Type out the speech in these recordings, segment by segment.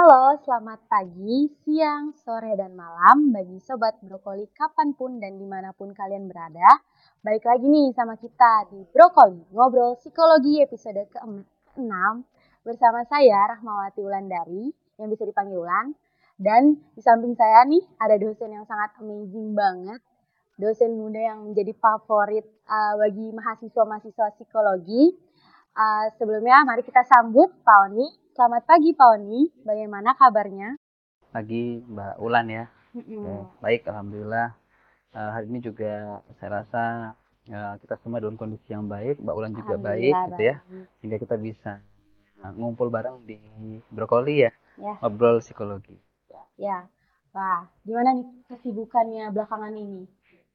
Halo, selamat pagi, siang, sore, dan malam bagi Sobat Brokoli kapanpun dan dimanapun kalian berada. Balik lagi nih sama kita di Brokoli, Ngobrol Psikologi episode ke-6 bersama saya Rahmawati Wulandari yang bisa dipanggil Wulan. Dan di samping saya nih ada dosen yang sangat amazing banget, dosen muda yang menjadi favorit bagi mahasiswa-mahasiswa psikologi. Sebelumnya mari kita sambut Pak Oni. Selamat pagi Pak Oni, bagaimana kabarnya? Pagi Mbak Ulan ya. Mm-mm. Baik, alhamdulillah. Hari ini juga saya rasa kita semua dalam kondisi yang baik, Mbak Ulan juga baik Alhamdulillah gitu ya. baik. Sehingga kita bisa ngumpul bareng di Brokoli ya, Ya, ngobrol psikologi. ya. Wah, gimana nih kesibukannya belakangan ini?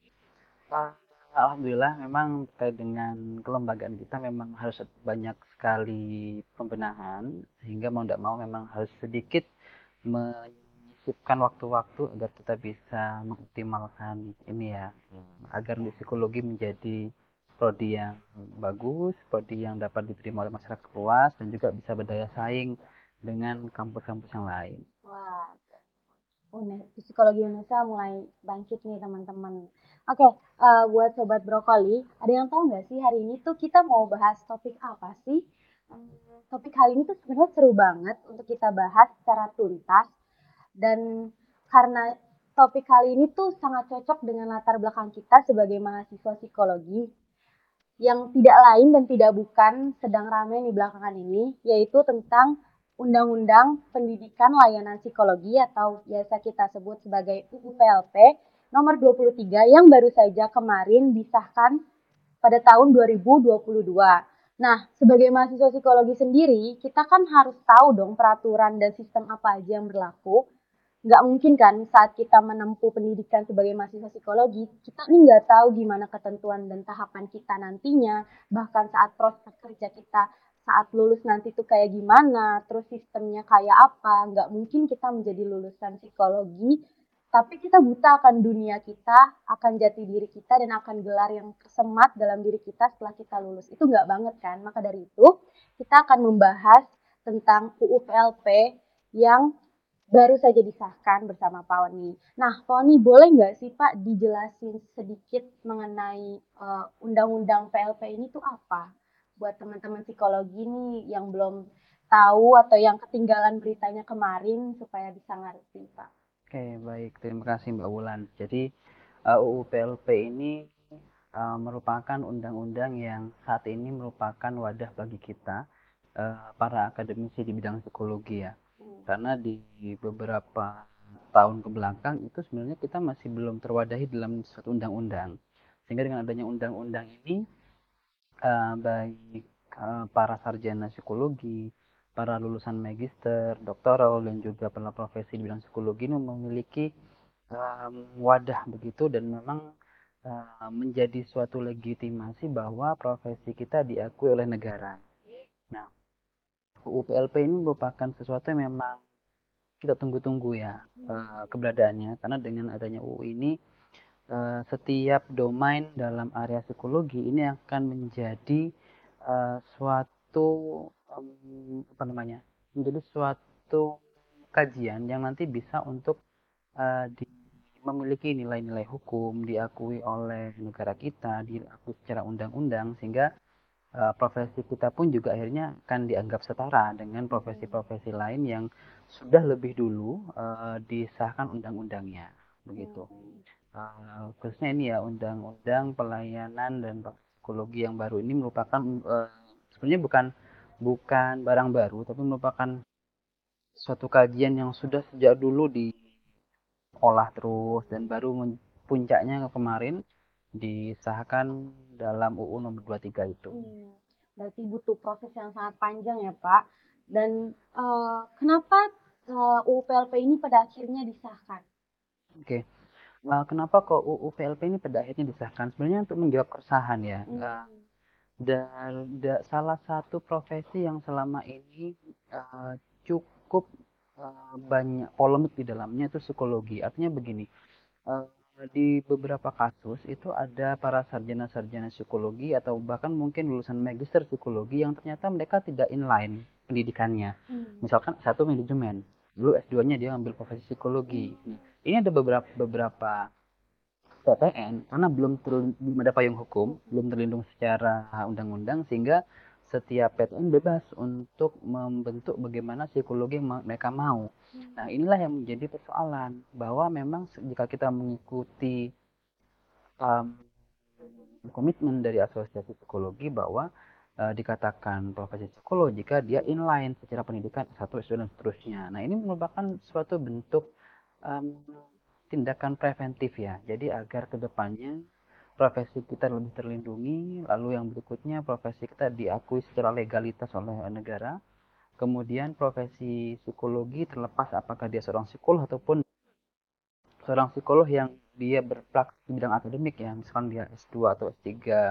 Ah, Alhamdulillah memang terkait dengan kelembagaan kita memang harus banyak sekali pembenahan sehingga mau tidak mau memang harus sedikit menyisipkan waktu-waktu agar kita bisa mengoptimalkan ini ya, agar di psikologi menjadi prodi yang bagus, prodi yang dapat diterima oleh masyarakat luas dan juga bisa berdaya saing dengan kampus-kampus yang lain. Wah, psikologi Indonesia mulai bangkit nih teman-teman. Oke, buat Sobat Brokoli, ada yang tahu nggak sih hari ini tuh kita mau bahas topik apa sih? Topik kali ini tuh sebenarnya seru banget untuk kita bahas secara tuntas. Dan karena topik kali ini tuh sangat cocok dengan latar belakang kita sebagai mahasiswa psikologi yang tidak lain dan tidak bukan sedang ramai di belakangan ini, yaitu tentang Undang-Undang Pendidikan Layanan Psikologi atau biasa kita sebut sebagai UU PLP nomor 23 yang baru saja kemarin disahkan pada tahun 2022. Nah, sebagai mahasiswa psikologi sendiri, kita kan harus tahu dong peraturan dan sistem apa aja yang berlaku. Nggak mungkin kan saat kita menempuh pendidikan sebagai mahasiswa psikologi, kita nih nggak tahu gimana ketentuan dan tahapan kita nantinya, bahkan saat prospek kerja kita saat lulus nanti tuh kayak gimana, terus sistemnya kayak apa. Nggak mungkin kita menjadi lulusan psikologi, tapi kita buta akan dunia kita, akan jati diri kita, dan akan gelar yang tersemat dalam diri kita setelah kita lulus. Itu nggak banget kan? Maka dari itu, kita akan membahas tentang UU PLP yang baru saja disahkan bersama Pak Oni. Nah, Pak Oni boleh nggak sih Pak dijelasin sedikit mengenai Undang-Undang PLP ini tuh apa? Buat teman-teman psikologi nih yang belum tahu atau yang ketinggalan beritanya kemarin supaya bisa ngerti Pak. Oke, baik. Terima kasih Mbak Wulan. Jadi UU PLP ini merupakan undang-undang yang saat ini merupakan wadah bagi kita para akademisi di bidang psikologi ya. Karena di beberapa tahun ke belakang itu sebenarnya kita masih belum terwadahi dalam suatu undang-undang. Sehingga dengan adanya undang-undang ini baik para sarjana psikologi, para lulusan magister, doktoral dan juga para profesi di bidang psikologi ini memiliki wadah begitu dan memang menjadi suatu legitimasi bahwa profesi kita diakui oleh negara. Nah, UU PLP ini merupakan sesuatu yang memang kita tunggu-tunggu ya keberadaannya karena dengan adanya UU ini setiap domain dalam area psikologi ini akan menjadi suatu apa namanya menjadi suatu kajian yang nanti bisa untuk memiliki nilai-nilai hukum diakui oleh negara kita diakui secara undang-undang sehingga profesi kita pun juga akhirnya akan dianggap setara dengan profesi-profesi lain yang sudah lebih dulu disahkan undang-undangnya begitu. Khususnya ini ya undang-undang pelayanan dan psikologi yang baru ini merupakan sebenarnya bukan barang baru tapi merupakan suatu kajian yang sudah sejak dulu diolah terus dan baru puncaknya kemarin disahkan dalam UU nomor 23 itu. Berarti butuh proses yang sangat panjang ya Pak. Dan kenapa UU PLP ini pada akhirnya disahkan? Oke, kenapa kok UU PLP ini pada akhirnya disahkan? Sebenarnya untuk menjawab keresahan ya. Dan salah satu profesi yang selama ini cukup banyak polemik di dalamnya itu psikologi. Artinya begini, uh, di beberapa kasus itu ada para sarjana-sarjana psikologi atau bahkan mungkin lulusan magister psikologi yang ternyata mereka tidak inline pendidikannya. Misalkan satu manajemen. Dulu S2-nya dia ambil profesi psikologi. Ini ada beberapa PTN karena belum ada payung hukum, belum terlindung secara undang-undang, sehingga setiap PTN bebas untuk membentuk bagaimana psikologi yang mereka mau. Nah, inilah yang menjadi persoalan, bahwa memang jika kita mengikuti um, komitmen dari asosiasi psikologi bahwa dikatakan profesi psikolog jika dia inline secara pendidikan S1, S2 dan seterusnya. Nah, ini merupakan suatu bentuk um, tindakan preventif ya. Jadi agar kedepannya profesi kita lebih terlindungi, lalu yang berikutnya profesi kita diakui secara legalitas oleh negara. Kemudian profesi psikologi terlepas apakah dia seorang psikolog ataupun seorang psikolog yang dia berpraktik di bidang akademik ya, misalkan dia S2 atau S3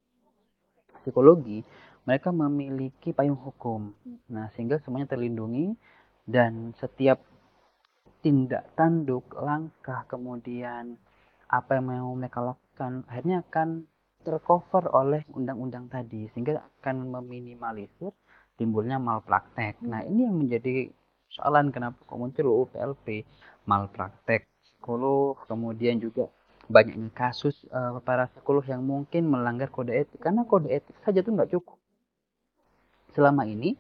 psikologi, mereka memiliki payung hukum. Nah, sehingga semuanya terlindungi dan setiap tindak tanduk, langkah, kemudian apa yang mau mereka lakukan akhirnya akan tercover oleh undang-undang tadi, sehingga akan meminimalisir timbulnya malpraktek. Nah, ini yang menjadi soalan kenapa kok muncul UU PLP, malpraktek psikolog, kemudian juga banyaknya kasus para psikolog yang mungkin melanggar kode etik, karena kode etik saja itu nggak cukup. Selama ini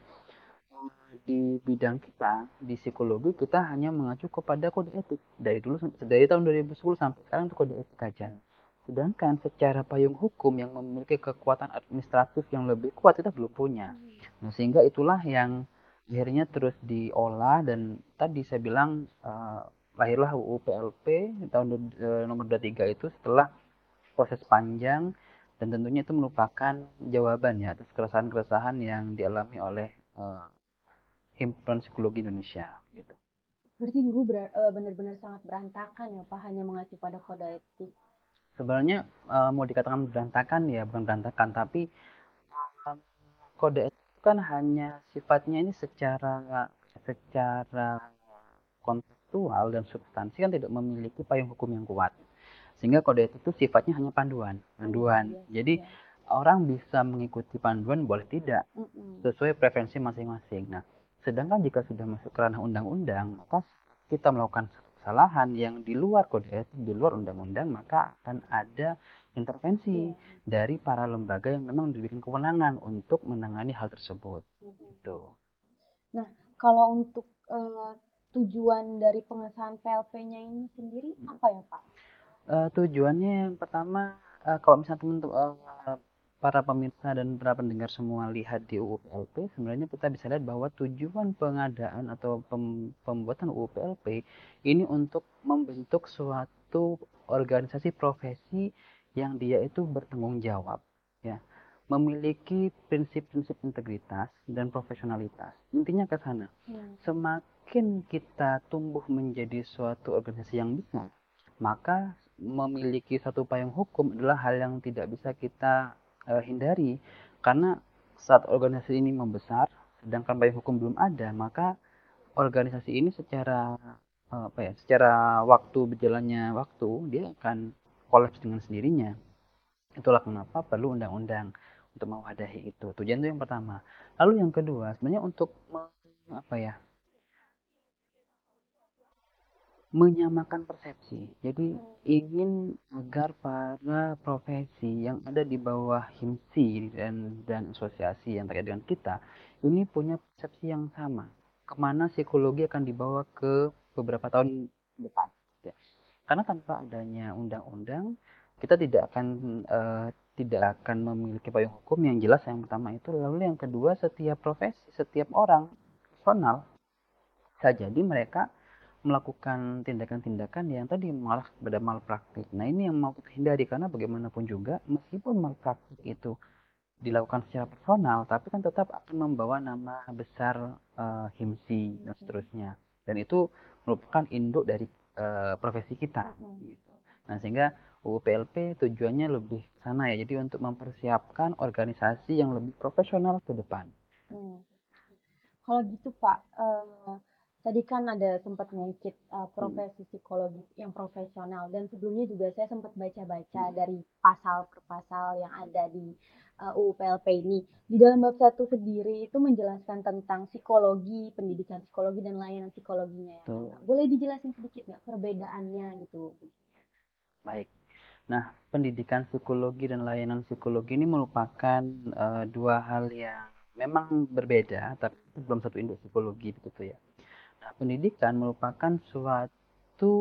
di bidang kita di psikologi kita hanya mengacu kepada kode etik dari tahun 2010 sampai sekarang itu kode etik aja. Sedangkan secara payung hukum yang memiliki kekuatan administratif yang lebih kuat kita belum punya. Nah, sehingga itulah yang akhirnya terus diolah, dan tadi saya bilang lahirlah UU PLP tahun nomor 23 itu setelah proses panjang, dan tentunya itu merupakan jawaban ya atas keresahan-keresahan yang dialami oleh Himpunan Psikologi Indonesia gitu. Berarti dulu benar-benar sangat berantakan ya Pak, hanya mengacu pada kode etik. Sebenarnya mau dikatakan berantakan ya bukan berantakan, tapi kode etik kan hanya sifatnya ini secara secara kontekstual dan substansi kan tidak memiliki payung hukum yang kuat. Sehingga kode etik itu sifatnya hanya panduan. Jadi orang bisa mengikuti panduan boleh tidak sesuai preferensi masing-masing. Nah, sedangkan jika sudah masuk ke ranah undang-undang, maka kita melakukan kesalahan yang di luar kode etik, di luar undang-undang, maka akan ada intervensi dari para lembaga yang memang diberikan kewenangan untuk menangani hal tersebut. Gitu. Nah, kalau untuk tujuan dari pengesahan PLP-nya ini sendiri apa ya Pak? Tujuannya yang pertama, kalau misalnya teman-teman para pemirsa dan para pendengar semua lihat di UU PLP, sebenarnya kita bisa lihat bahwa tujuan pengadaan atau pembuatan UU PLP ini untuk membentuk suatu organisasi profesi yang dia itu bertanggung jawab, ya, memiliki prinsip-prinsip integritas dan profesionalitas. Intinya ke sana. Semakin kita tumbuh menjadi suatu organisasi yang besar, maka memiliki satu payung hukum adalah hal yang tidak bisa kita hindari, karena saat organisasi ini membesar sedangkan payung hukum belum ada, maka organisasi ini secara secara waktu berjalannya waktu dia akan kolaps dengan sendirinya. Itulah kenapa perlu undang-undang untuk mewadahi itu. Tujuan itu yang pertama. Lalu yang kedua, sebenarnya untuk menyamakan persepsi. Jadi ingin agar para profesi yang ada di bawah HIMSI dan asosiasi yang terkait dengan kita ini punya persepsi yang sama. Kemana psikologi akan dibawa ke beberapa tahun depan. Ya. Karena tanpa adanya undang-undang kita tidak akan memiliki payung hukum yang jelas, yang pertama itu. Lalu yang kedua, setiap profesi, setiap orang personal bisa jadi mereka melakukan tindakan-tindakan yang tadi malah pada malpraktik. Nah, ini yang mau kita hindari, karena bagaimanapun juga meskipun malpraktik itu dilakukan secara personal, tapi kan tetap akan membawa nama besar HIMSI dan seterusnya. Dan itu merupakan induk dari profesi kita. Gitu. Nah, sehingga UU PLP tujuannya lebih sana ya, jadi untuk mempersiapkan organisasi yang lebih profesional ke depan. Kalau gitu Pak, tadi kan ada sempat ngungkit profesi psikologi yang profesional, dan sebelumnya juga saya sempat baca-baca dari pasal per pasal yang ada di UU PLP ini. Di dalam bab 1 sendiri itu menjelaskan tentang psikologi, pendidikan psikologi dan layanan psikologinya ya. Tuh. Boleh dijelasin sedikit nggak perbedaannya gitu? Baik. Nah, pendidikan psikologi dan layanan psikologi ini merupakan dua hal yang memang berbeda, tapi belum satu induk psikologi begitu ya. Nah, pendidikan merupakan suatu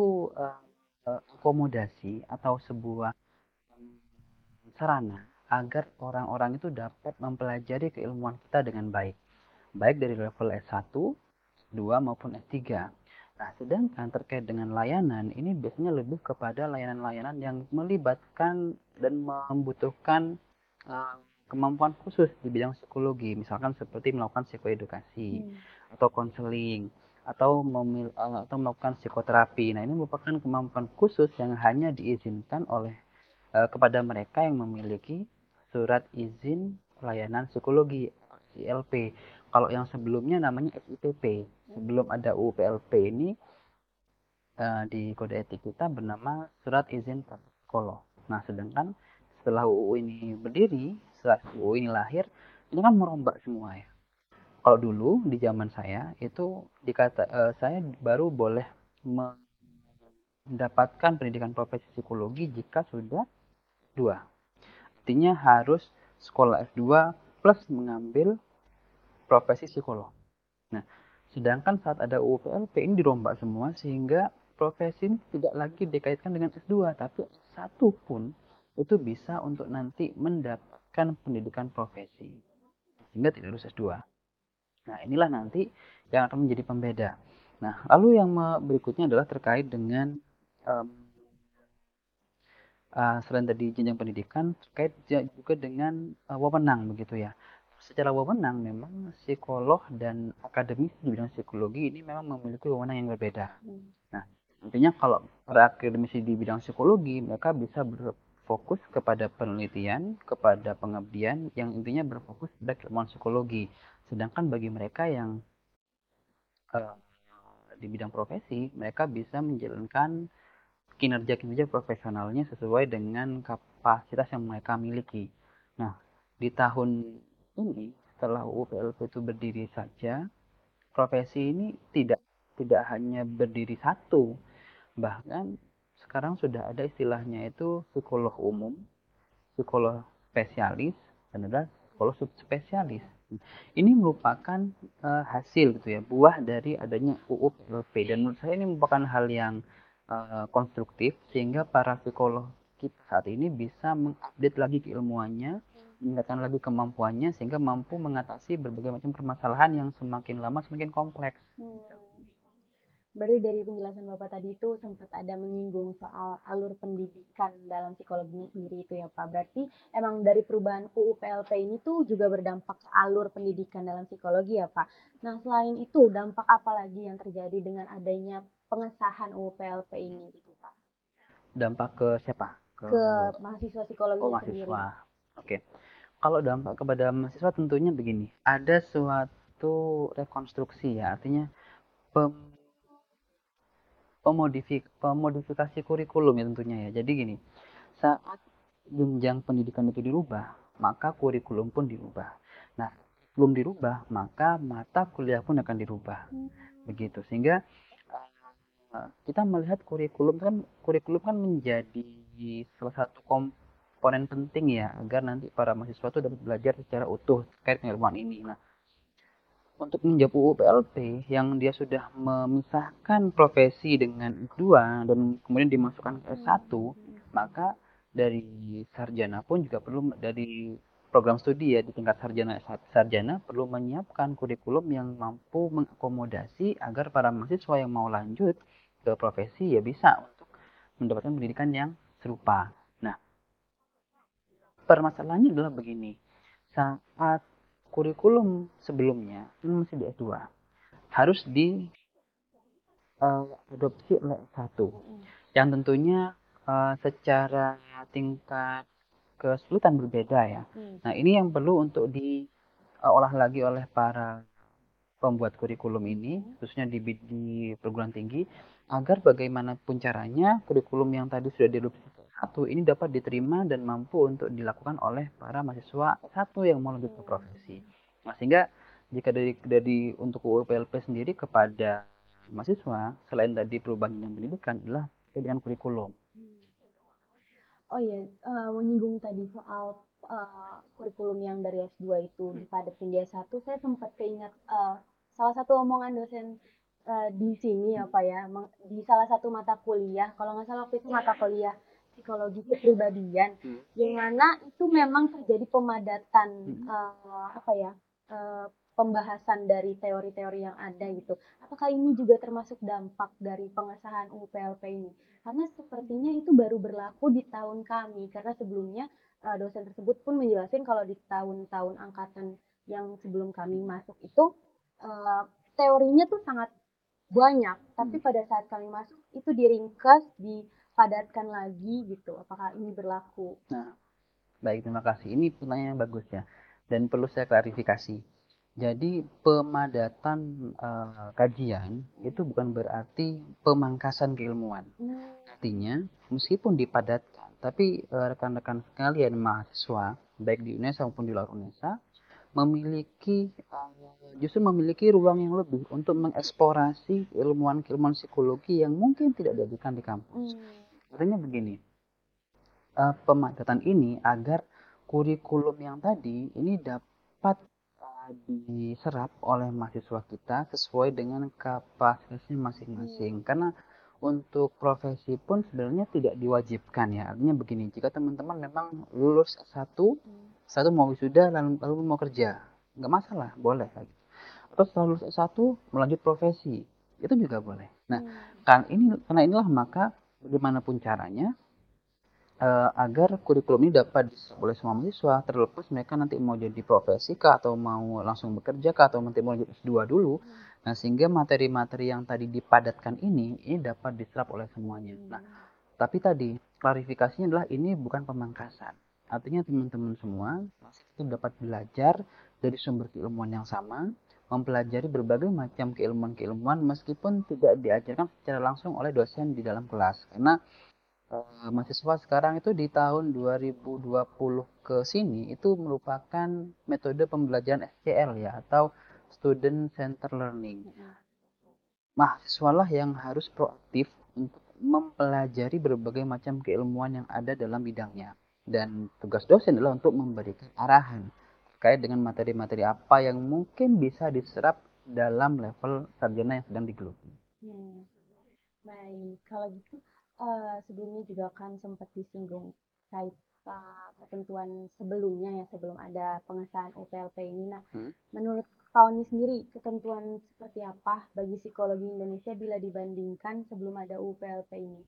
akomodasi atau sebuah sarana agar orang-orang itu dapat mempelajari keilmuan kita dengan baik, baik dari level S1, S2 maupun S3. Nah, sedangkan terkait dengan layanan, ini biasanya lebih kepada layanan-layanan yang melibatkan dan membutuhkan kemampuan khusus di bidang psikologi, misalkan seperti melakukan psikoedukasi atau konseling atau melakukan psikoterapi. Nah, ini merupakan kemampuan khusus yang hanya diizinkan oleh kepada mereka yang memiliki surat izin pelayanan psikologi ILP. Kalau yang sebelumnya namanya SIPP. Sebelum ada UU PLP ini di kode etik kita bernama surat izin praktek psikolog. Nah, sedangkan setelah UU ini berdiri, setelah UU ini lahir, ini kan merombak semua ya. Kalau dulu di zaman saya itu saya baru boleh mendapatkan pendidikan profesi psikologi jika sudah 2. Artinya harus sekolah S2 plus mengambil profesi psikolog. Nah, sedangkan saat ada UU PLP ini dirombak semua sehingga profesi ini tidak lagi dikaitkan dengan S2, tapi S1 pun itu bisa untuk nanti mendapatkan pendidikan profesi sehingga tidak harus S2. Nah, inilah nanti yang akan menjadi pembeda. Nah, lalu yang berikutnya adalah terkait dengan selain tadi jenjang pendidikan, terkait juga dengan wewenang begitu ya. Secara wewenang memang psikolog dan akademisi di bidang psikologi ini memang memiliki wewenang yang berbeda. Nah, intinya kalau para akademisi di bidang psikologi mereka bisa berfokus kepada penelitian, kepada pengabdian yang intinya berfokus pada keilmuan psikologi. Sedangkan bagi mereka yang di bidang profesi, mereka bisa menjalankan kinerja profesionalnya sesuai dengan kapasitas yang mereka miliki. Nah, di tahun ini setelah UU PLP itu berdiri saja, profesi ini tidak hanya berdiri satu, bahkan sekarang sudah ada istilahnya itu psikolog umum, psikolog spesialis, dan ada psikolog subspesialis. Ini merupakan hasil gitu ya, buah dari adanya UU PLP, dan menurut saya ini merupakan hal yang konstruktif sehingga para psikolog kita saat ini bisa mengupdate lagi keilmuannya, meningkatkan lagi kemampuannya sehingga mampu mengatasi berbagai macam permasalahan yang semakin lama semakin kompleks. Berarti dari penjelasan Bapak tadi itu sempat ada menyinggung soal alur pendidikan dalam psikologinya sendiri itu ya Pak. Berarti emang dari perubahan UU PLP ini tuh juga berdampak ke alur pendidikan dalam psikologi ya Pak. Nah, selain itu dampak apa lagi yang terjadi dengan adanya pengesahan UU PLP ini gitu Pak? Dampak ke siapa? Ke mahasiswa psikologinya sendiri. Mahasiswa. Oke. Kalau dampak kepada mahasiswa tentunya begini, ada suatu rekonstruksi ya, artinya pemodifikasi kurikulum ya tentunya ya. Jadi gini, saat jenjang pendidikan itu dirubah, maka kurikulum pun dirubah. Nah, belum dirubah, maka mata kuliah pun akan dirubah. Begitu. Sehingga kita melihat kurikulum kan menjadi salah satu komponen penting ya agar nanti para mahasiswa itu dapat belajar secara utuh terkait keilmuan ini. Nah, untuk menjawab UU PLP yang dia sudah memisahkan profesi dengan S2 dan kemudian dimasukkan ke S1, maka dari sarjana pun juga perlu, dari program studi ya di tingkat sarjana perlu menyiapkan kurikulum yang mampu mengakomodasi agar para mahasiswa yang mau lanjut ke profesi ya bisa untuk mendapatkan pendidikan yang serupa. Nah, permasalahannya adalah begini, saat kurikulum sebelumnya ini masih di S2 harus diadopsi oleh S1 yang tentunya secara tingkat kesulitan berbeda ya. Nah, ini yang perlu untuk diolah lagi oleh para pembuat kurikulum ini, khususnya di perguruan tinggi, agar bagaimanapun caranya kurikulum yang tadi sudah diadopsi satu ini dapat diterima dan mampu untuk dilakukan oleh para mahasiswa satu yang mau lanjut ke profesi. Nah, sehingga jika dari untuk UU PLP sendiri kepada mahasiswa, selain tadi perubahan yang pendidikan adalah dengan kurikulum. Oh iya, menyinggung tadi soal kurikulum yang dari S2 itu dipadatin di S1, saya sempat keingat salah satu omongan dosen di sini apa ya, di salah satu mata kuliah, kalau nggak salah waktu itu mata kuliah psikologi kepribadian, yang mana itu memang terjadi pemadatan apa ya, eh, pembahasan dari teori-teori yang ada gitu. Apakah ini juga termasuk dampak dari pengesahan UU PLP ini? Karena sepertinya itu baru berlaku di tahun kami, karena sebelumnya dosen tersebut pun menjelaskan kalau di tahun-tahun angkatan yang sebelum kami masuk itu teorinya tuh sangat banyak, tapi pada saat kami masuk itu diringkas, dipadatkan lagi gitu. Apakah ini berlaku? Nah, baik, terima kasih. Ini pertanyaan yang bagus ya. Dan perlu saya klarifikasi. Jadi pemadatan kajian itu bukan berarti pemangkasan keilmuan. Artinya, meskipun dipadatkan, tapi rekan-rekan sekalian mahasiswa, baik di UNESA maupun di luar UNESA, justru memiliki ruang yang lebih untuk mengeksplorasi ilmuwan-ilmuwan psikologi yang mungkin tidak diajarkan di kampus. Artinya begini, pemadatan ini agar kurikulum yang tadi ini dapat diserap oleh mahasiswa kita sesuai dengan kapasitasnya masing-masing. Karena untuk profesi pun sebenarnya tidak diwajibkan ya. Artinya begini, jika teman-teman memang lulus S1 mau wisuda lalu mau kerja, nggak masalah, boleh. Atau setelah lulus S1 melanjut profesi, itu juga boleh. Nah, karena inilah maka bagaimanapun caranya agar kurikulum ini dapat diserap oleh semua mahasiswa, terlepas mereka nanti mau jadi profesi kah, atau mau langsung bekerja kah, atau nanti mau lanjut S2 dulu. Nah, sehingga materi-materi yang tadi dipadatkan ini dapat diserap oleh semuanya. Nah, tapi tadi klarifikasinya adalah ini bukan pemangkasan. Artinya teman-teman semua itu dapat belajar dari sumber keilmuan yang sama, mempelajari berbagai macam keilmuan-keilmuan meskipun tidak diajarkan secara langsung oleh dosen di dalam kelas. Karena mahasiswa sekarang itu di tahun 2020 ke sini itu merupakan metode pembelajaran SCL ya, atau Student Center Learning. Mahasiswalah yang harus proaktif untuk mempelajari berbagai macam keilmuan yang ada dalam bidangnya. Dan tugas dosen adalah untuk memberikan arahan terkait dengan materi-materi apa yang mungkin bisa diserap dalam level sarjana yang sedang digeluti. Baik, kalau gitu sebelumnya juga kan sempat disinggung kait ketentuan sebelumnya ya, sebelum ada pengesahan UPLP ini. Nah, menurut Pak Oni sendiri, ketentuan seperti apa bagi psikologi Indonesia bila dibandingkan sebelum ada UPLP ini?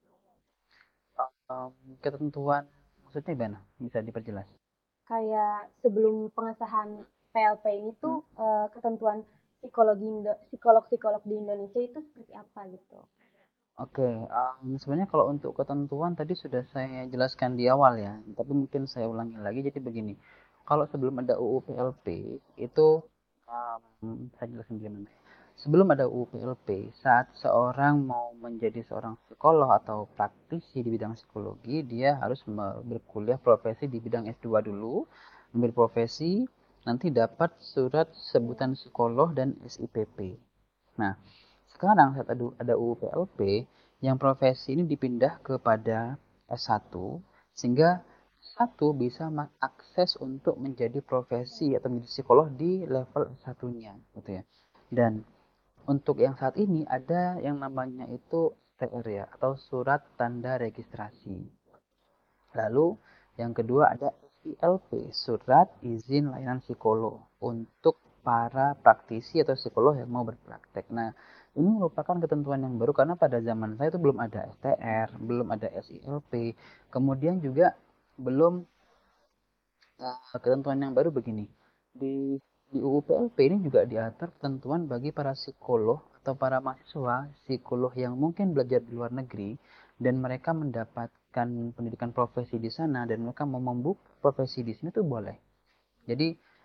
Ketentuan maksudnya gimana? Bisa diperjelas? Kayak sebelum pengesahan PLP ini tuh ketentuan psikolog-psikolog di Indonesia itu seperti apa gitu? Oke, sebenarnya kalau untuk ketentuan tadi sudah saya jelaskan di awal ya, tapi mungkin saya ulangi lagi. Jadi begini, kalau sebelum ada UU PLP itu saya jelasin gimana. Sebelum ada UU PLP, saat seorang mau menjadi seorang psikolog atau praktisi di bidang psikologi, dia harus berkuliah profesi di bidang S2 dulu, ambil profesi, nanti dapat surat sebutan psikolog dan SIPP. Nah, sekarang saat ada UU PLP, yang profesi ini dipindah kepada S1, sehingga satu bisa mengakses untuk menjadi profesi atau menjadi psikolog di level S1-nya, gitu ya. Dan untuk yang saat ini ada yang namanya itu STR ya, atau surat tanda registrasi. Lalu yang kedua ada SILP, surat izin layanan psikolog untuk para praktisi atau psikolog yang mau berpraktek. Nah, ini merupakan ketentuan yang baru karena pada zaman saya itu belum ada STR, belum ada SILP, kemudian juga belum ketentuan yang baru begini. Di UU PLP ini juga diatur ketentuan bagi para psikolog atau para mahasiswa psikolog yang mungkin belajar di luar negeri dan mereka mendapatkan pendidikan profesi di sana dan mereka mau membuka profesi di sini tuh boleh. Jadi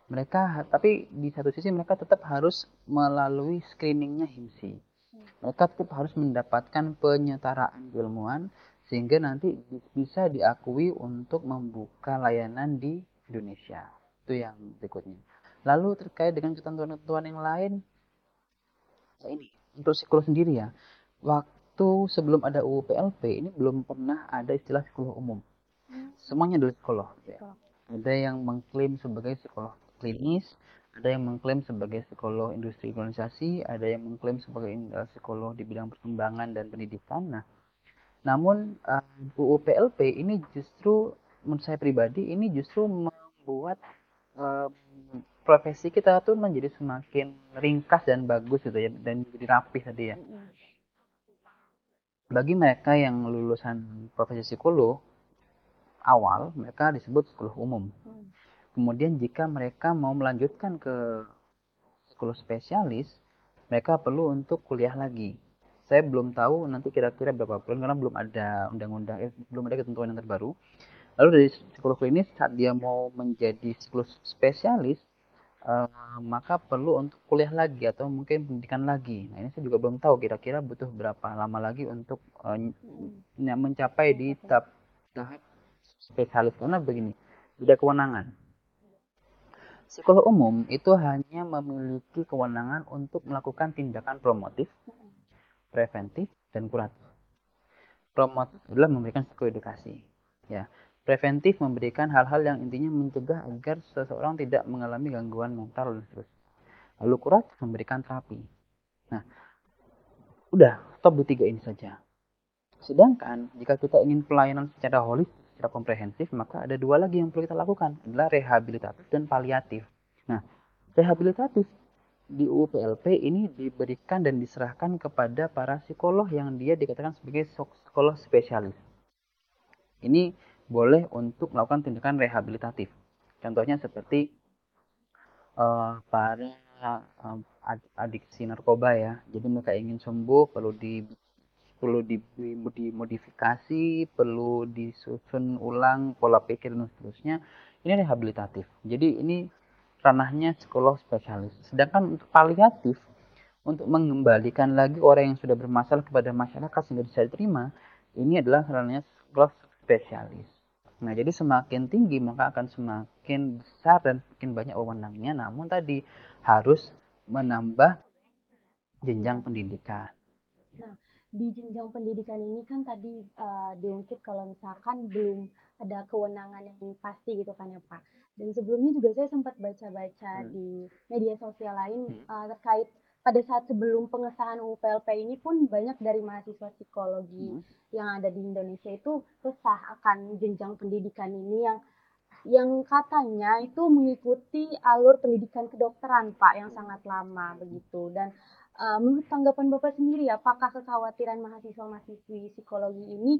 Tapi di satu sisi mereka tetap harus melalui screeningnya HIMSI. Mereka tetap harus mendapatkan penyetaraan keilmuan sehingga nanti bisa diakui untuk membuka layanan di Indonesia. Itu yang berikutnya. Lalu terkait dengan ketentuan-ketentuan yang lain, ini untuk psikolog sendiri ya. Waktu sebelum ada UU PLP ini belum pernah ada istilah psikolog umum. Semuanya adalah psikolog. Ya. Ada yang mengklaim sebagai psikolog klinis, ada yang mengklaim sebagai psikolog industri organisasi, ada yang mengklaim sebagai psikolog di bidang perkembangan dan pendidikan. Nah, namun UU PLP ini justru menurut saya pribadi ini justru membuat um, profesi kita tuh menjadi semakin ringkas dan bagus gitu ya, dan jadi rapih tadi ya. Bagi mereka yang lulusan profesi psikolog awal, mereka disebut psikolog umum. Kemudian jika mereka mau melanjutkan ke psikolog spesialis, mereka perlu untuk kuliah lagi. Saya belum tahu nanti kira-kira berapa bulan karena belum ada undang-undang, belum ada ketentuan yang terbaru. Lalu dari psikolog klinis saat dia mau menjadi psikolog spesialis, maka perlu untuk kuliah lagi atau mungkin pendidikan lagi. Nah ini saya juga belum tahu kira-kira butuh berapa lama lagi untuk mencapai di tahap spesialis karena begini, beda kewenangan. Psikolog umum itu hanya memiliki kewenangan untuk melakukan tindakan promotif, preventif, dan kuratif. Promotif adalah memberikan psikoedukasi. Ya, preventif memberikan hal-hal yang intinya mencegah agar seseorang tidak mengalami gangguan mental dan seterusnya. Lalu kuratif memberikan terapi. Nah, udah stop di 3 ini saja. Sedangkan jika kita ingin pelayanan secara holistis, secara komprehensif, maka ada 2 lagi yang perlu kita lakukan, adalah rehabilitatif dan paliatif. Nah, rehabilitatif di UU PLP ini diberikan dan diserahkan kepada para psikolog yang dia dikatakan sebagai psikolog spesialis. Ini boleh untuk melakukan tindakan rehabilitatif. Contohnya seperti para adiksi narkoba ya. Jadi mereka ingin sembuh, perlu dimodifikasi, perlu disusun ulang pola pikir dan seterusnya. Ini rehabilitatif. Jadi ini ranahnya psikolog spesialis. Sedangkan untuk paliatif, untuk mengembalikan lagi orang yang sudah bermasalah kepada masyarakat sehingga bisa diterima, ini adalah ranahnya psikolog spesialis. Nah, jadi semakin tinggi maka akan semakin besar dan semakin banyak wewenangnya. Namun tadi harus menambah jenjang pendidikan. Nah, di jenjang pendidikan ini kan tadi diungkit kalau misalkan belum ada kewenangan yang pasti gitu kan ya Pak. Dan sebelumnya juga saya sempat baca-baca di media sosial lain terkait pada saat sebelum pengesahan UU PLP ini pun banyak dari mahasiswa psikologi yang ada di Indonesia itu resah akan jenjang pendidikan ini yang katanya itu mengikuti alur pendidikan kedokteran Pak yang sangat lama begitu. Dan menurut tanggapan Bapak sendiri, apakah kekhawatiran mahasiswa-mahasiswi psikologi ini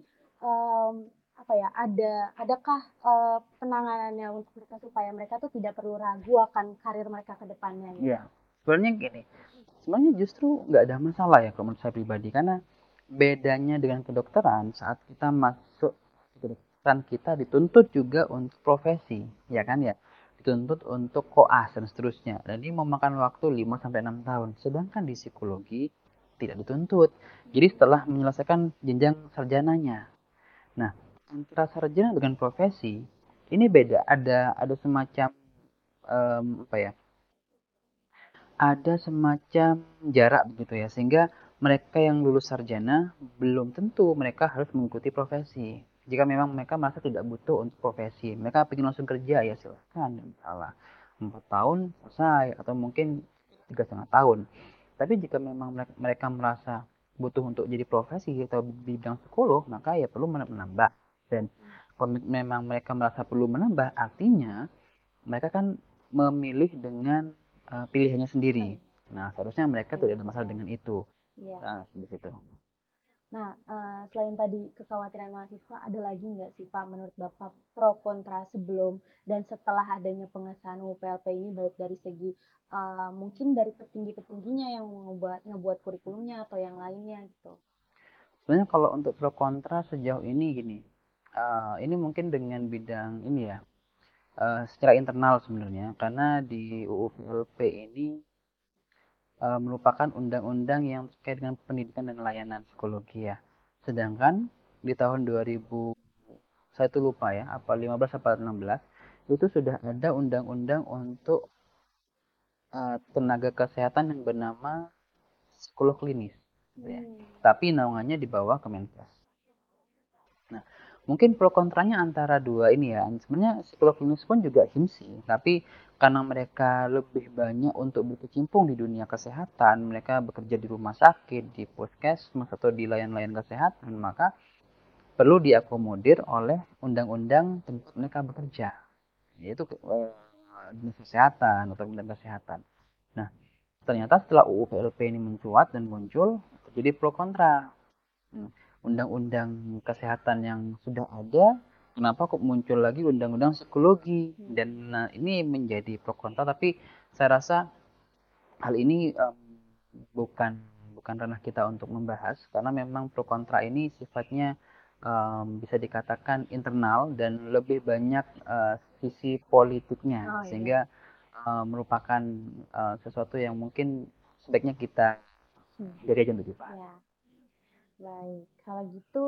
adakah penanganannya untuk mereka supaya mereka tuh tidak perlu ragu akan karir mereka ke depannya? Gitu? Iya, sebenarnya gini, sebenarnya justru nggak ada masalah ya kalau menurut saya pribadi karena bedanya dengan kedokteran saat kita masuk kedokteran kita dituntut juga untuk profesi, ya kan ya, dituntut untuk koas dan seterusnya. Dan ini memakan waktu 5 sampai 6 tahun. Sedangkan di psikologi tidak dituntut. Jadi setelah menyelesaikan jenjang sarjananya. Nah, antara sarjana dengan profesi ini beda. Ada semacam ada semacam jarak begitu ya, sehingga mereka yang lulus sarjana belum tentu mereka harus mengikuti profesi. Jika memang mereka merasa tidak butuh untuk profesi, mereka ingin langsung kerja ya silahkan, salah 4 tahun selesai atau mungkin 3,5 tahun. Tapi jika memang mereka merasa butuh untuk jadi profesi atau di bidang psikolog, maka ya perlu menambah. Dan kalau memang mereka merasa perlu menambah, artinya mereka kan memilih dengan pilihannya sendiri. Nah, seharusnya mereka tidak ada masalah dengan itu. Nah, seperti itu. Nah, selain tadi kekhawatiran mahasiswa, ada lagi nggak sih Pak menurut Bapak pro kontra sebelum dan setelah adanya pengesahan UU PLP ini baik dari segi mungkin dari petinggi-petingginya yang ngebuat kurikulumnya atau yang lainnya gitu? Sebenarnya kalau untuk pro kontra sejauh ini gini, ini mungkin dengan bidang ini ya, secara internal sebenarnya, karena di UU PLP ini merupakan undang-undang yang terkait dengan pendidikan dan layanan psikologi ya. Sedangkan di tahun 2000, saya itu lupa ya, apa 15 apa 16, itu sudah ada undang-undang untuk tenaga kesehatan yang bernama psikolog klinis, gitu ya. Tapi naungannya di bawah Kemenkes. Nah, mungkin pro kontranya antara dua ini ya. Sebenarnya psikolog klinis pun juga himsi, tapi karena mereka lebih banyak untuk berkecimpung di dunia kesehatan, mereka bekerja di rumah sakit, di puskesmas atau di layan-layan kesehatan, maka perlu diakomodir oleh undang-undang tempat mereka bekerja, yaitu dinas kesehatan atau kementerian kesehatan. Nah, ternyata setelah UU PLP ini mencuat dan muncul, jadi pro kontra. Undang-undang kesehatan yang sudah ada, kenapa kok muncul lagi undang-undang psikologi? Dan ini menjadi pro kontra, tapi saya rasa hal ini bukan bukan ranah kita untuk membahas, karena memang pro kontra ini sifatnya bisa dikatakan internal dan lebih banyak sisi politiknya, sehingga merupakan sesuatu yang mungkin sebaiknya kita jadi aja untuk dibahas. Ya. Baik, kalau gitu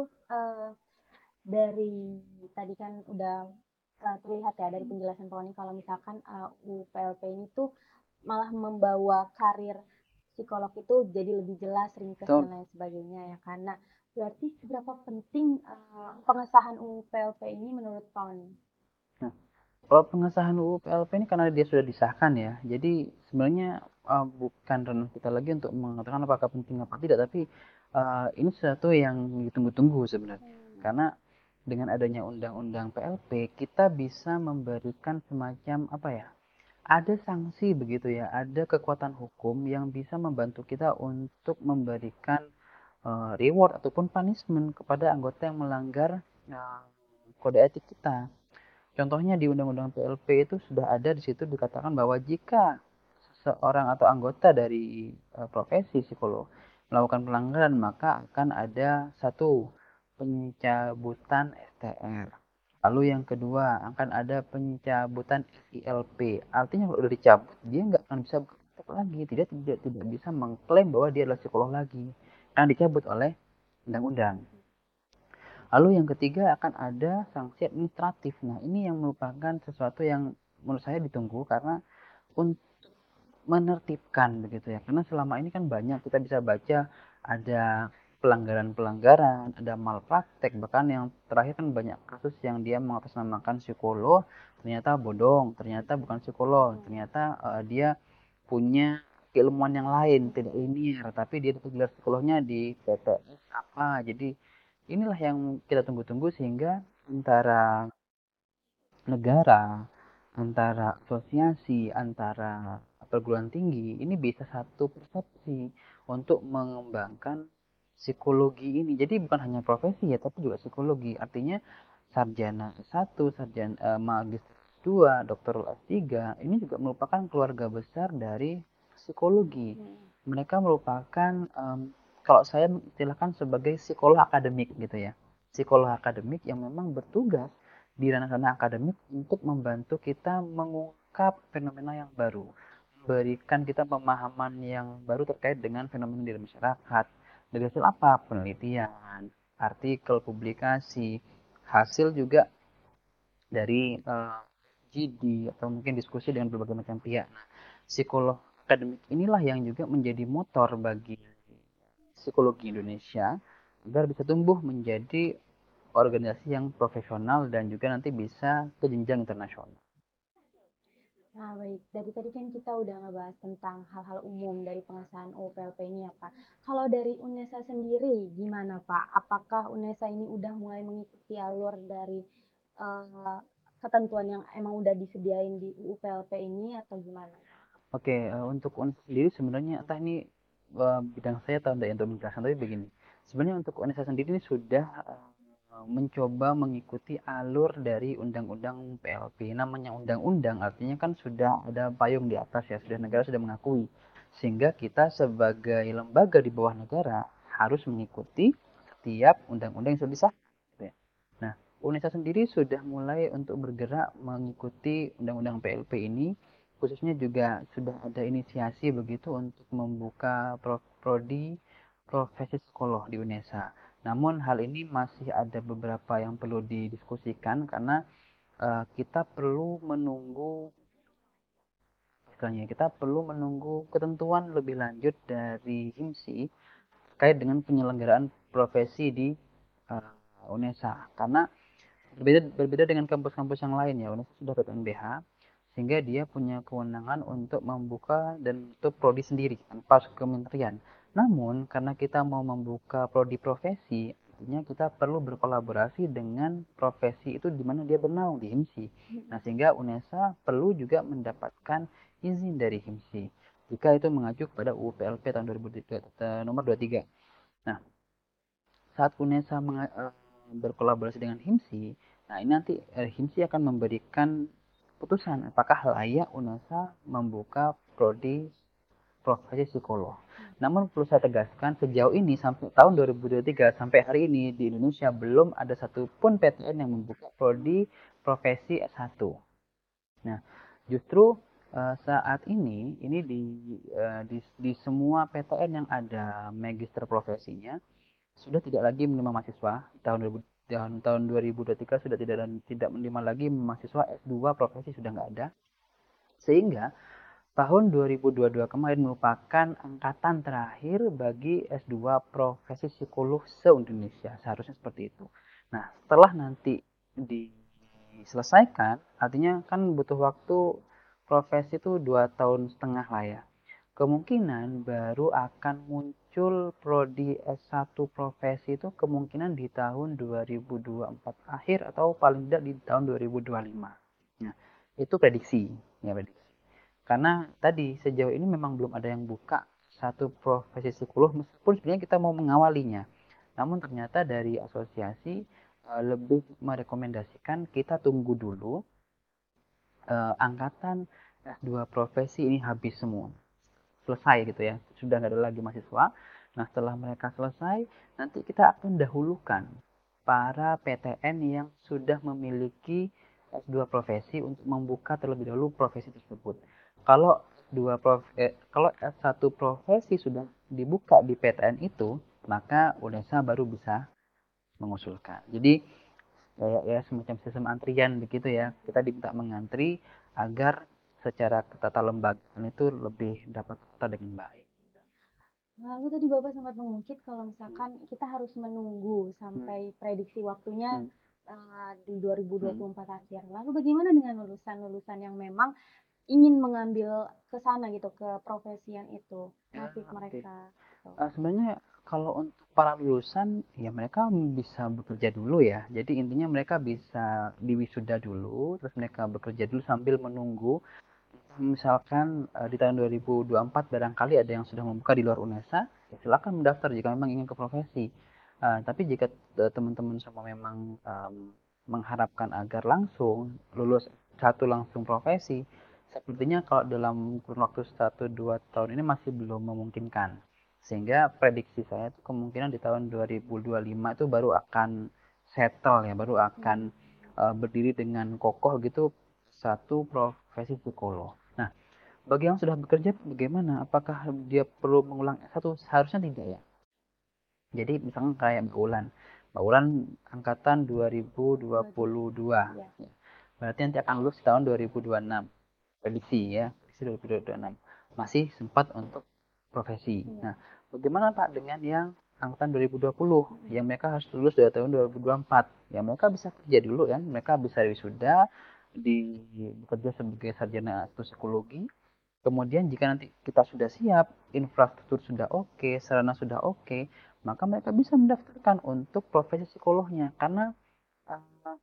dari tadi kan udah terlihat ya dari penjelasan Poni kalau misalkan UPLP ini tuh malah membawa karir psikolog itu jadi lebih jelas, ringkas dan lain sebagainya ya. Karena berarti seberapa penting pengesahan UPLP ini menurut Poni? Nah, kalau pengesahan UU PLP ini karena dia sudah disahkan ya, jadi sebenarnya bukan ranah kita lagi untuk mengatakan apakah penting apa tidak, tapi ini sesuatu yang ditunggu-tunggu sebenarnya. Karena dengan adanya undang-undang PLP, kita bisa memberikan semacam apa ya? Ada sanksi begitu ya, ada kekuatan hukum yang bisa membantu kita untuk memberikan reward ataupun punishment kepada anggota yang melanggar kode etik kita. Contohnya di Undang-Undang PLP itu sudah ada di situ dikatakan bahwa jika seseorang atau anggota dari profesi psikolog melakukan pelanggaran, maka akan ada satu pencabutan STR. Lalu yang kedua akan ada pencabutan SILP. Artinya kalau sudah dicabut, dia nggak akan bisa berpraktek lagi. Tidak bisa mengklaim bahwa dia adalah psikolog lagi. Karena dicabut oleh undang-undang. Lalu yang ketiga akan ada sanksi administratif. Nah, ini yang merupakan sesuatu yang menurut saya ditunggu karena untuk menertibkan begitu ya. Karena selama ini kan banyak kita bisa baca ada pelanggaran-pelanggaran, ada malpraktek, bahkan yang terakhir kan banyak kasus yang dia mengatasnamakan psikolog, ternyata bodong, ternyata bukan psikolog, ternyata dia punya keilmuan yang lain, tidak linear, tapi dia dapat gelar psikolognya di PTS apa. Jadi inilah yang kita tunggu-tunggu sehingga antara negara, antara asosiasi, antara perguruan tinggi ini bisa satu persepsi untuk mengembangkan psikologi ini. Jadi bukan hanya profesi ya, tapi juga psikologi. Artinya sarjana S1, sarjana magister S2, dokter S3 ini juga merupakan keluarga besar dari psikologi. Mereka merupakan kalau saya istilahkan sebagai psikolog akademik gitu ya. Psikolog akademik yang memang bertugas di ranah-ranah akademik untuk membantu kita mengungkap fenomena yang baru, berikan kita pemahaman yang baru terkait dengan fenomena di masyarakat. Dari hasil apa? Penelitian, artikel, publikasi, hasil juga dari GD atau mungkin diskusi dengan berbagai macam pihak. Nah, psikolog akademik inilah yang juga menjadi motor bagi psikologi Indonesia agar bisa tumbuh menjadi organisasi yang profesional dan juga nanti bisa ke jenjang internasional. Nah, baik. Dari tadi kan kita udah ngebahas tentang hal-hal umum dari pengesahan UU PLP ini ya, Pak. Kalau dari UNESA sendiri, gimana, Pak? Apakah UNESA ini udah mulai mengikuti alur dari ketentuan yang emang udah disediain di UU PLP ini atau gimana? Oke, untuk UNESA sendiri sebenarnya entah ini bidang saya atau enggak untuk menjelaskan, tapi begini. Sebenarnya untuk UNESA sendiri ini sudah mencoba mengikuti alur dari undang-undang PLP. Namanya undang-undang artinya kan sudah ada payung di atas ya, sudah negara sudah mengakui. Sehingga kita sebagai lembaga di bawah negara harus mengikuti setiap undang-undang yang sudah disahkan. Gitu ya. Nah, UNESA sendiri sudah mulai untuk bergerak mengikuti undang-undang PLP ini, khususnya juga sudah ada inisiasi begitu untuk membuka prodi profesi psikolog di UNESA. Namun hal ini masih ada beberapa yang perlu didiskusikan karena kita perlu menunggu kita perlu menunggu ketentuan lebih lanjut dari HIMSI terkait dengan penyelenggaraan profesi di UNESA, karena berbeda dengan kampus-kampus yang lain ya. UNESA sudah PPNBH sehingga dia punya kewenangan untuk membuka dan untuk prodi sendiri tanpa kementerian. Namun karena kita mau membuka prodi profesi, artinya kita perlu berkolaborasi dengan profesi itu di mana dia bernaung di HIMSI. Nah, sehingga UNESA perlu juga mendapatkan izin dari HIMSI jika itu mengacu kepada UU PLP tahun 2003 nomor 23. Nah, saat UNESA berkolaborasi dengan HIMSI, nah ini nanti HIMSI akan memberikan putusan apakah layak UNESA membuka prodi profesi psikolog. Namun perlu saya tegaskan, sejauh ini sampai tahun 2023 sampai hari ini di Indonesia belum ada satupun PTN yang membuka prodi profesi S1. Nah, justru saat ini di semua PTN yang ada magister profesinya sudah tidak lagi menerima mahasiswa. Tahun 2023 sudah tidak menerima lagi mahasiswa S2 profesi, sudah nggak ada. Sehingga tahun 2022 kemarin merupakan angkatan terakhir bagi S2 profesi psikolog se-Indonesia. Seharusnya seperti itu. Nah, setelah nanti diselesaikan, artinya kan butuh waktu profesi itu 2,5 tahun lah ya. Kemungkinan baru akan muncul prodi S1 profesi itu kemungkinan di tahun 2024 akhir atau paling tidak di tahun 2025. Nah, itu prediksi, ya prediksi. Karena tadi sejauh ini memang belum ada yang buka satu profesi psikolog meskipun sebenarnya kita mau mengawalinya. Namun ternyata dari asosiasi lebih merekomendasikan kita tunggu dulu angkatan S2 profesi ini habis semua. Selesai gitu ya, sudah nggak ada lagi mahasiswa. Nah, setelah mereka selesai, nanti kita akan dahulukan para PTN yang sudah memiliki S2 profesi untuk membuka terlebih dahulu profesi tersebut. Kalau kalau S1 profesi sudah dibuka di PTN itu, maka UNESA baru bisa mengusulkan. Jadi ya semacam sistem antrian begitu ya. Kita diminta mengantri agar secara tata lembagaan itu lebih dapat tertata dengan baik. Lalu tadi Bapak sempat mengungkit kalau misalkan kita harus menunggu sampai prediksi waktunya di 2024 akhir. Lalu bagaimana dengan lulusan-lulusan yang memang ingin mengambil ke sana gitu, ke profesian itu, nasib mereka? Sebenarnya kalau untuk para lulusan ya mereka bisa bekerja dulu ya. Jadi intinya mereka bisa diwisuda dulu, terus mereka bekerja dulu sambil menunggu. Misalkan di tahun 2024 barangkali ada yang sudah membuka di luar UNESA, ya silakan mendaftar jika memang ingin ke profesi. Tapi jika teman-teman semua memang mengharapkan agar langsung lulus satu langsung profesi, sepertinya kalau dalam kurun waktu 1-2 tahun ini masih belum memungkinkan. Sehingga prediksi saya itu kemungkinan di tahun 2025 itu baru akan settle ya, baru akan berdiri dengan kokoh gitu satu profesi psikolog. Nah, bagi yang sudah bekerja bagaimana? Apakah dia perlu mengulang S1? Seharusnya tidak ya. Jadi misalnya kayak Mbak Ulan. Mbak Ulan angkatan 2022. Ya. Berarti nanti akan lulus tahun 2026. Prediksi ya, prediksi 2026. Masih sempat untuk profesi. Nah, bagaimana Pak dengan yang angkatan 2020 yang mereka harus lulus dari tahun 2024? Ya mereka bisa kerja dulu ya, mereka bisa wisuda bekerja sebagai sarjana atau psikologi. Kemudian jika nanti kita sudah siap, infrastruktur sudah oke, sarana sudah oke, maka mereka bisa mendaftarkan untuk profesi psikolognya karena uh,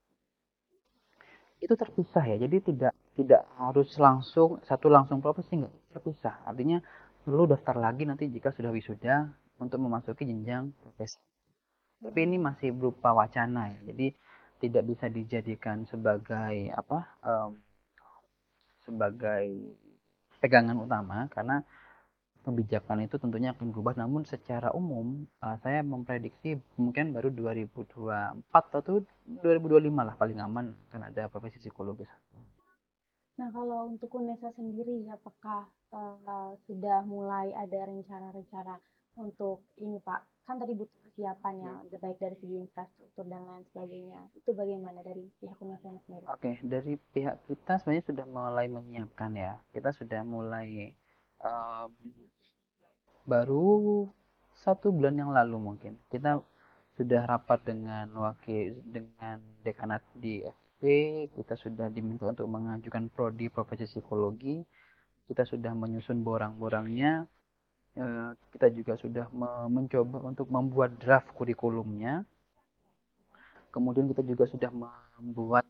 itu terpisah ya. Jadi tidak harus langsung profesi, enggak terpisah. Artinya perlu daftar lagi nanti jika sudah wisuda untuk memasuki jenjang profesi. Tapi ini masih berupa wacana ya. Jadi tidak bisa dijadikan sebagai sebagai pegangan utama karena kebijakan itu tentunya akan berubah, namun secara umum saya memprediksi mungkin baru 2024 atau 2025 lah paling aman kan ada profesi psikologis. Nah, kalau untuk UNESA sendiri, apakah sudah mulai ada rencana-rencana untuk ini, Pak? Kan tadi butuh persiapan ya, baik dari segi infrastruktur dan lain sebagainya. Itu bagaimana dari pihak UNESA sendiri? Oke, dari pihak kita sebenarnya sudah mulai menyiapkan ya. Kita sudah mulai um, baru 1 bulan yang lalu mungkin kita sudah rapat dengan dengan dekanat di FP. Kita sudah diminta untuk mengajukan prodi profesi psikologi. Kita sudah menyusun borang-borangnya. Kita juga sudah mencoba untuk membuat draft kurikulumnya. Kemudian kita juga sudah membuat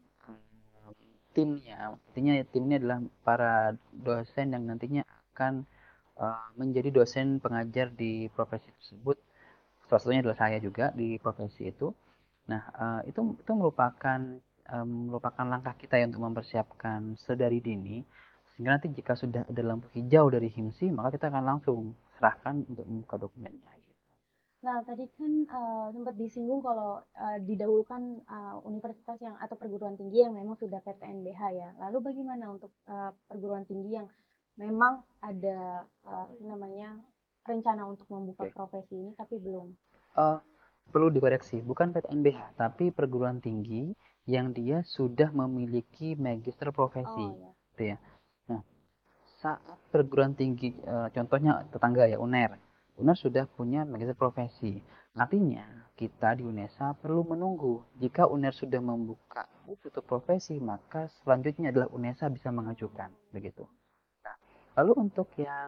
timnya. Artinya tim ini adalah para dosen yang nantinya akan menjadi dosen pengajar di profesi tersebut. Salah satunya adalah saya juga di profesi itu. Nah, itu merupakan langkah kita ya untuk mempersiapkan sedari dini, sehingga nanti jika sudah ada lampu hijau dari HIMSI, maka kita akan langsung serahkan untuk membuka dokumennya. Nah, tadi kan sempat disinggung kalau didahulukan universitas yang atau perguruan tinggi yang memang sudah PTNBH ya. Lalu bagaimana untuk perguruan tinggi yang memang ada namanya rencana untuk membuka Oke. profesi ini tapi belum? Uh, Perlu dikoreksi, bukan PTNBH, tapi perguruan tinggi yang dia sudah memiliki magister profesi, Oh ya. gitu ya. Nah, saat perguruan tinggi, contohnya tetangga ya UNER, UNER sudah punya magister profesi. Artinya kita di UNESA perlu menunggu. Jika UNER sudah membuka suatu profesi, maka selanjutnya adalah UNESA bisa mengajukan, begitu. Nah, lalu untuk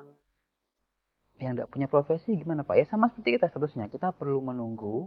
yang tidak punya profesi gimana Pak? Ya sama seperti kita seterusnya. Kita perlu menunggu,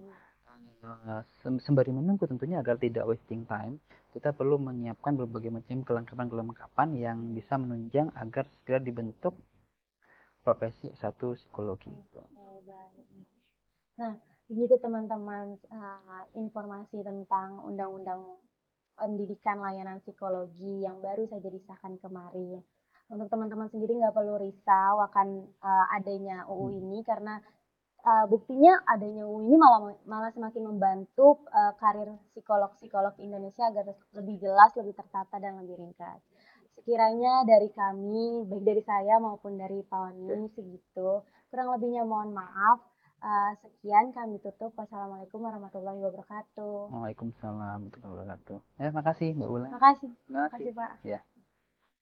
sembari menunggu tentunya agar tidak wasting time, kita perlu menyiapkan berbagai macam kelengkapan-kelengkapan yang bisa menunjang agar segera dibentuk profesi S1 psikologi. Oh, baik. Nah, begitu teman-teman informasi tentang Undang-Undang Pendidikan Layanan Psikologi yang baru saja disahkan kemarin. Untuk teman-teman sendiri nggak perlu risau akan adanya UU ini karena buktinya adanya UU ini malah semakin membantu karir psikolog-psikolog Indonesia agar lebih jelas, lebih tertata dan lebih ringkas. Sekiranya dari kami, baik dari saya maupun dari Pak Wani segitu. Kurang lebihnya mohon maaf. Sekian kami tutup. Wassalamualaikum warahmatullahi wabarakatuh. Waalaikumsalam warahmatullahi wabarakatuh. Makasih Mbak Ula. Makasih. Makasih. Makasih Pak. Ya.